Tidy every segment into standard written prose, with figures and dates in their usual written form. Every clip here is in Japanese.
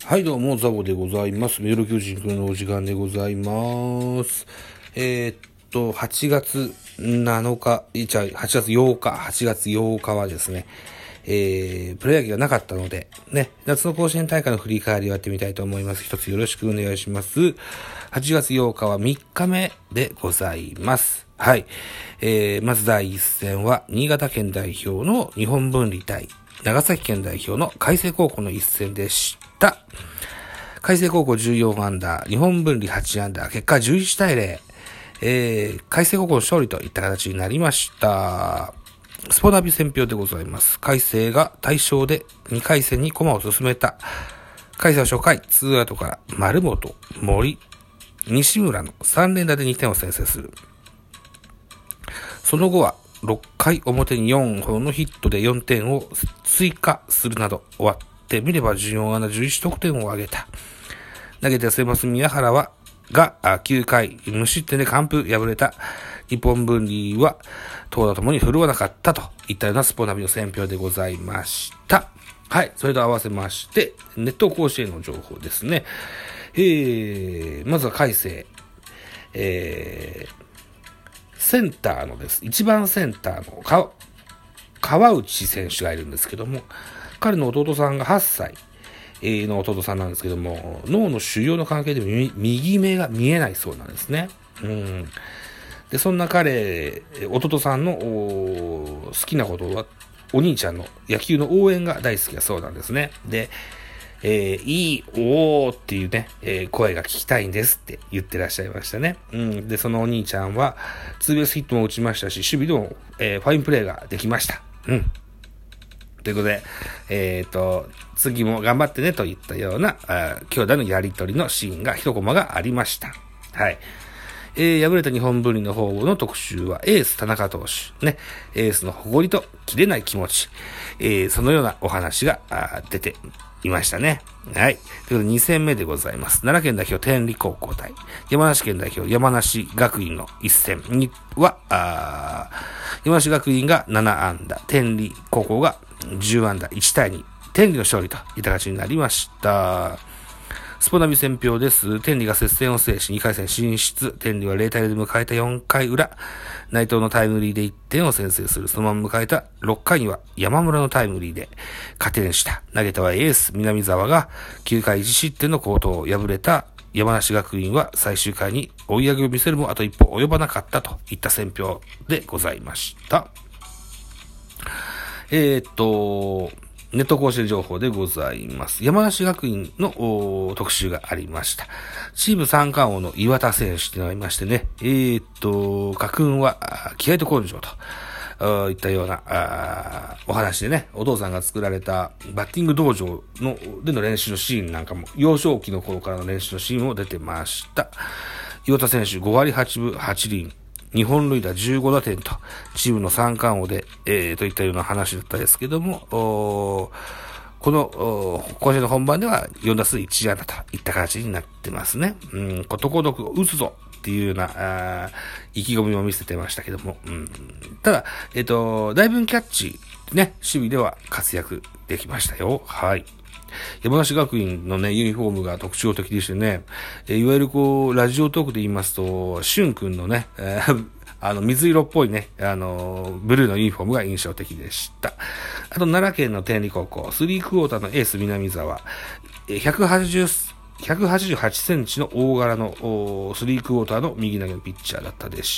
はい、どうも、ザボでございます。ミドル巨人くんのお時間でございます。8月7日、8月8日、8月8日はですね、プロ野球がなかったので、ね、夏の甲子園大会の振り返りをやってみたいと思います。一つよろしくお願いします。8月8日は3日目でございます。はい。まず第一戦は、新潟県代表の日本文理対、長崎県代表の海星高校の一戦でした。海星高校14アンダー、日本文理8アンダー、結果11対0、海星高校の勝利といった形になりました。スポナビ選評でございます。海星が大勝で2回戦に駒を進めた。海星は初回、ツーアウトから丸本、森、西村の3連打で2点を先制する。その後は6回表に4本のヒットで4点を追加するなど終わってみれば14安打11得点を挙げた。投げて先発宮原が9回無失点で完封敗れた。日本文理は投打ともに振るわなかったといったようなスポナビの選評でございました。はい、それと合わせましてネット甲子園の情報ですね。まずは海星、センターのです。一番センターの川内選手がいるんですけども、彼の弟さんが8歳の弟さんなんですけども、脳の腫瘍の関係で右目が見えないそうなんですね。で、そんな弟さんの好きなことは、お兄ちゃんの野球の応援が大好きだそうなんですね。で、おーっていうね、声が聞きたいんですって言ってらっしゃいましたね。で、そのお兄ちゃんは、ツーベースヒットも打ちましたし、守備でも、ファインプレーができました。ということで、次も頑張ってねといったような、兄弟のやりとりのシーンが一コマがありました。はい。敗れた日本文理の方の特集はエース田中投手、ね、エースの誇りと切れない気持ち、そのようなお話が出ていましたね。はい。ということで2戦目でございます。奈良県代表天理高校対山梨県代表山梨学院の一戦には、山梨学院が7安打、天理高校が10安打、1対2、天理の勝利といった形になりました。スポナビ選評です。天理が接戦を制し2回戦進出。天理は0対0で迎えた4回裏。内藤のタイムリーで1点を先制する。そのまま迎えた6回には山村のタイムリーで加点した。投げたはエース南沢が9回1失点の好投を敗れた山梨学院は最終回に追い上げを見せるもあと一歩及ばなかったといった選評でございました。ネット甲子園情報でございます。山梨学院の特集がありました。チーム三冠王の岩田選手となりましてね、家訓は気合と根性といったようなお話でね、お父さんが作られたバッティング道場での練習のシーンなんかも、幼少期の頃からの練習のシーンも出てました。岩田選手5割8分8厘。日本塁打15打点と、チームの三冠王で、といったような話だったんですけども、この、甲子園の本番では4打数1安打といった形になってますね。ことごとく打つぞっていうような、意気込みを見せてましたけども、ただ、だいぶキャッチ、ね、守備では活躍できましたよ。はい。山梨学院のね、ユニフォームが特徴的でしてね、いわゆるラジオトークで言いますと、しゅんくんのね、水色っぽいね、ブルーのユニフォームが印象的でした。あと、奈良県の天理高校、3クォーターのエース南沢、188センチの大柄の3クォーターの右投げのピッチャーだったでした。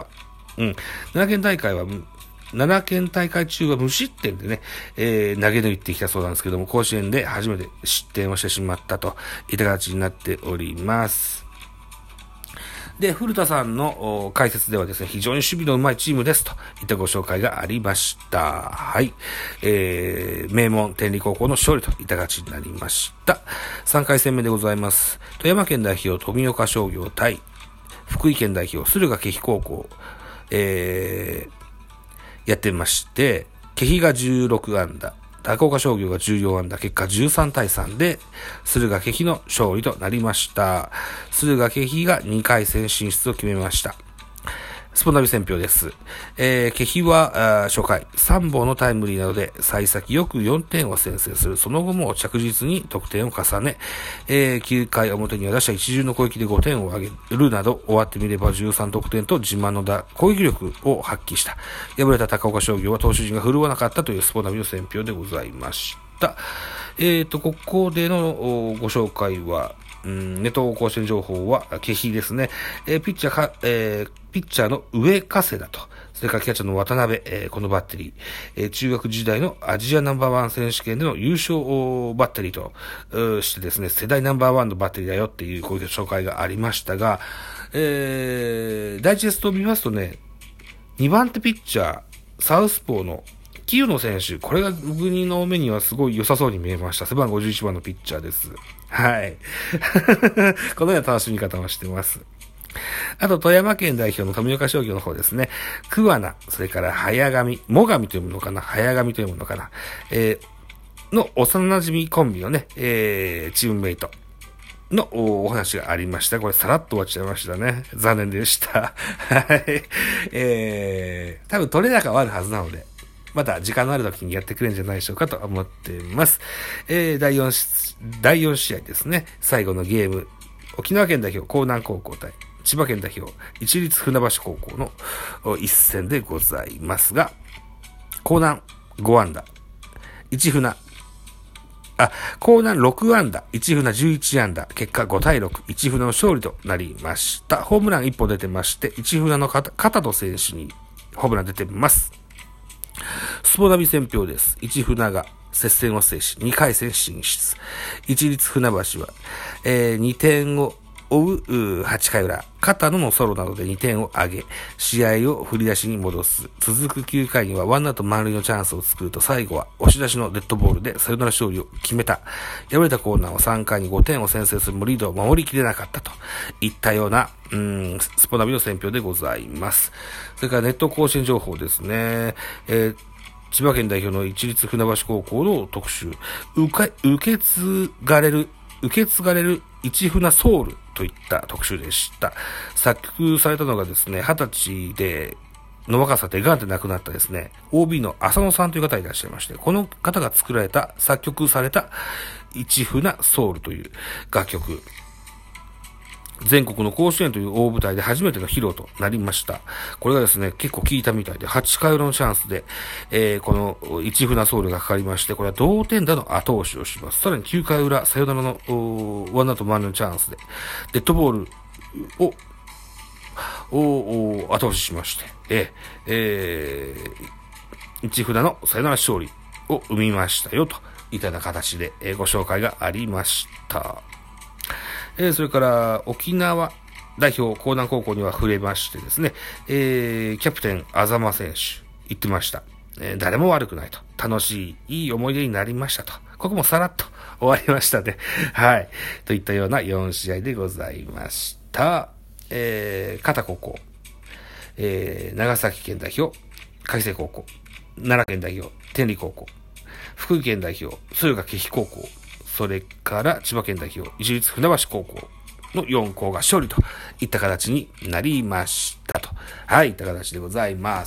奈良県大会中は無失点でね、投げ抜いてきたそうなんですけども、甲子園で初めて失点をしてしまったといった形になっております。で、古田さんの解説ではですね、非常に守備の上手いチームですといったご紹介がありました。はい。名門天理高校の勝利といった形になりました。3回戦目でございます。富山県代表富岡商業対福井県代表敦賀気比高校、やってまして、気比が16安打、高岡商業が14安打、結果13対3で、敦賀気比の勝利となりました。敦賀気比が2回戦進出を決めました。 スポナビ選評です。気比は初回3本のタイムリーなどで幸先よく4点を先制する。その後も着実に得点を重ね、9回表には打者一巡の攻撃で5点を挙げるなど、終わってみれば13得点と自慢の攻撃力を発揮した。敗れた高岡商業は投手陣が振るわなかったというスポナビの選評でございました。ここでのご紹介は、ネット甲子園情報は、気比ですね。ピッチャーの上加世田と、それからキャッチャーの渡辺、このバッテリー、中学時代のアジアナンバーワン選手権での優勝バッテリーとしてですね、世代ナンバーワンのバッテリーだよっていうこういう紹介がありましたが、ダイジェストを見ますとね、2番手ピッチャー、サウスポーの清野選手、これが僕の目にはすごい良さそうに見えました。背番号51番のピッチャーです。はい。このような楽しみ方をしています。あと、富山県代表の富岡商業の方ですね。桑名、それから早上、最上というものかな、早上というものかな、の幼馴染コンビのね、チームメイトのお話がありました。これさらっと終わっちゃいましたね。残念でした。はい。多分取れ高はあるはずなので、また時間のある時にやってくれるんじゃないでしょうかと思っています。第4試合ですね。最後のゲーム。沖縄県代表、江南高校対千葉県代表、市立船橋高校の一戦でございますが、江南5安打、江南6安打、市船11安打、結果5対6、市船の勝利となりました。ホームラン1本出てまして、市船の片戸選手にホームラン出てます。スポナビ選評です。市船が接戦を制し、2回戦進出。市立船橋は、2点を追う8回裏、片野のソロなどで2点を挙げ、試合を振り出しに戻す。続く9回にはワンアウト満塁のチャンスを作ると、最後は押し出しのデッドボールでサヨナラ勝利を決めた。敗れたコーナーは3回に5点を先制するもリードを守りきれなかったといったような、スポナビの選評でございます。それからネット甲子園情報ですね。千葉県代表の市立船橋高校の特集。受け継がれる市船ソウルといった特集でした。作曲されたのがですね、20歳での若さでガンって亡くなったですね、OB の浅野さんという方がいらっしゃいまして、この方が作曲された市船ソウルという楽曲。全国の甲子園という大舞台で初めての披露となりました。これがですね、結構効いたみたいで、8回裏のチャンスで、この市船ソウルがかかりまして、これは同点打の後押しをします。さらに9回裏、サヨナラのワンアウト満塁のチャンスで、デッドボールを後押ししまして、市船のサヨナラ勝利を生みましたよといったような形で、ご紹介がありました。それから沖縄代表江南高校には触れましてですね、キャプテンあざま選手言ってました。誰も悪くないと。楽しい、いい思い出になりましたと。ここもさらっと終わりましたね。はい。といったような4試合でございました。片高校、長崎県代表、海星高校、奈良県代表、天理高校、福井県代表、敦賀気比高校、それから千葉県代表、市立船橋高校の4校が勝利といった形になりましたと。はい、いった形でございます。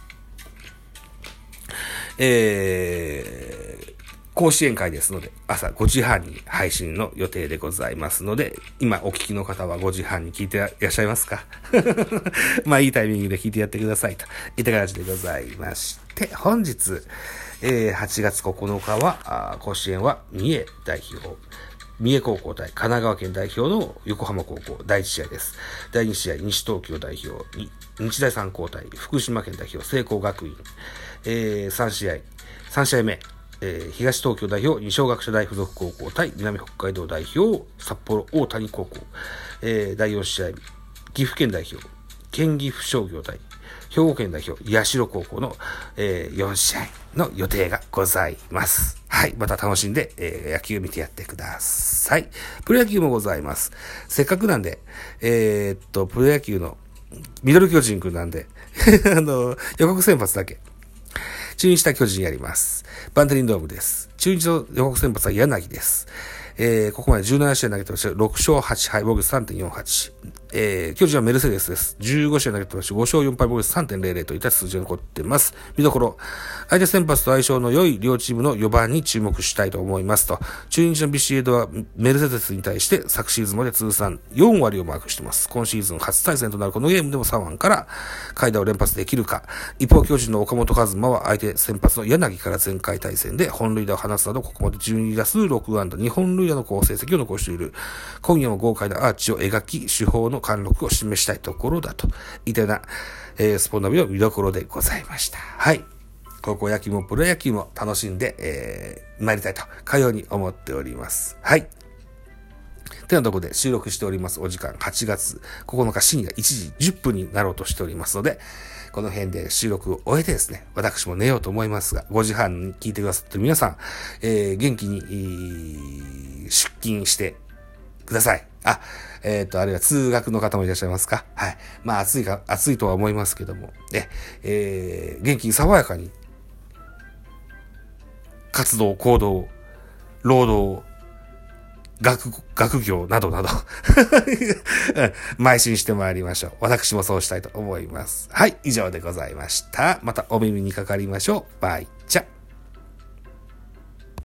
甲子園会ですので、朝5時半に配信の予定でございますので、今お聞きの方は5時半に聞いていらっしゃいますかまあいいタイミングで聞いてやってくださいといった形でございまして、本日、8月9日は、甲子園は三重高校対神奈川県代表の横浜高校第1試合です。第2試合、西東京代表、日大三高対福島県代表、聖光学院。3試合目、東東京代表、二松学舎大附属高校対南北海道代表、札幌大谷高校。第4試合、岐阜県代表、県岐阜商業対兵庫県代表、社高校の、4試合の予定がございます。はい。また楽しんで、野球見てやってください。プロ野球もございます。せっかくなんで、プロ野球のミドル巨人くんなんで、予告先発だけ。中日対巨人やります。バンテリンドームです。中日の予告先発は柳です。 ここまで17試合投げてまして、6勝8敗、防御率 3.48。巨人はメルセデスです。15試合投げてまして、5勝4敗、防御率 3.00 といった数字が残っています。見どころ、相手先発と相性の良い両チームの4番に注目したいと思いますと。中日のビシエドはメルセデスに対して昨シーズンまで通算4割をマークしています。今シーズン初対戦となるこのゲームでも3番から快打を連発できるか。一方、巨人の岡本和真は相手先発の柳から前回対戦で本塁打を放つなど、ここまで12打数6安打2本塁打の好成績を残している。今夜も豪快なアーチを描き、主砲の貫禄を示したいところだといったような、スポナビの見どころでございました。はい。高校野球もプロ野球も楽しんで、参りたいと、かように思っております。はい。てなところで収録しておりますお時間8月9日深夜1時10分になろうとしておりますので、この辺で収録を終えてですね、私も寝ようと思いますが、5時半に聞いてくださってる皆さん、元気に、出勤してください。あるいは通学の方もいらっしゃいますか？はい。まあ暑いとは思いますけども、元気に爽やかに、活動、行動、労働、学業などなど、邁進してまいりましょう。私もそうしたいと思います。はい、以上でございました。またお耳にかかりましょう。バイチャ。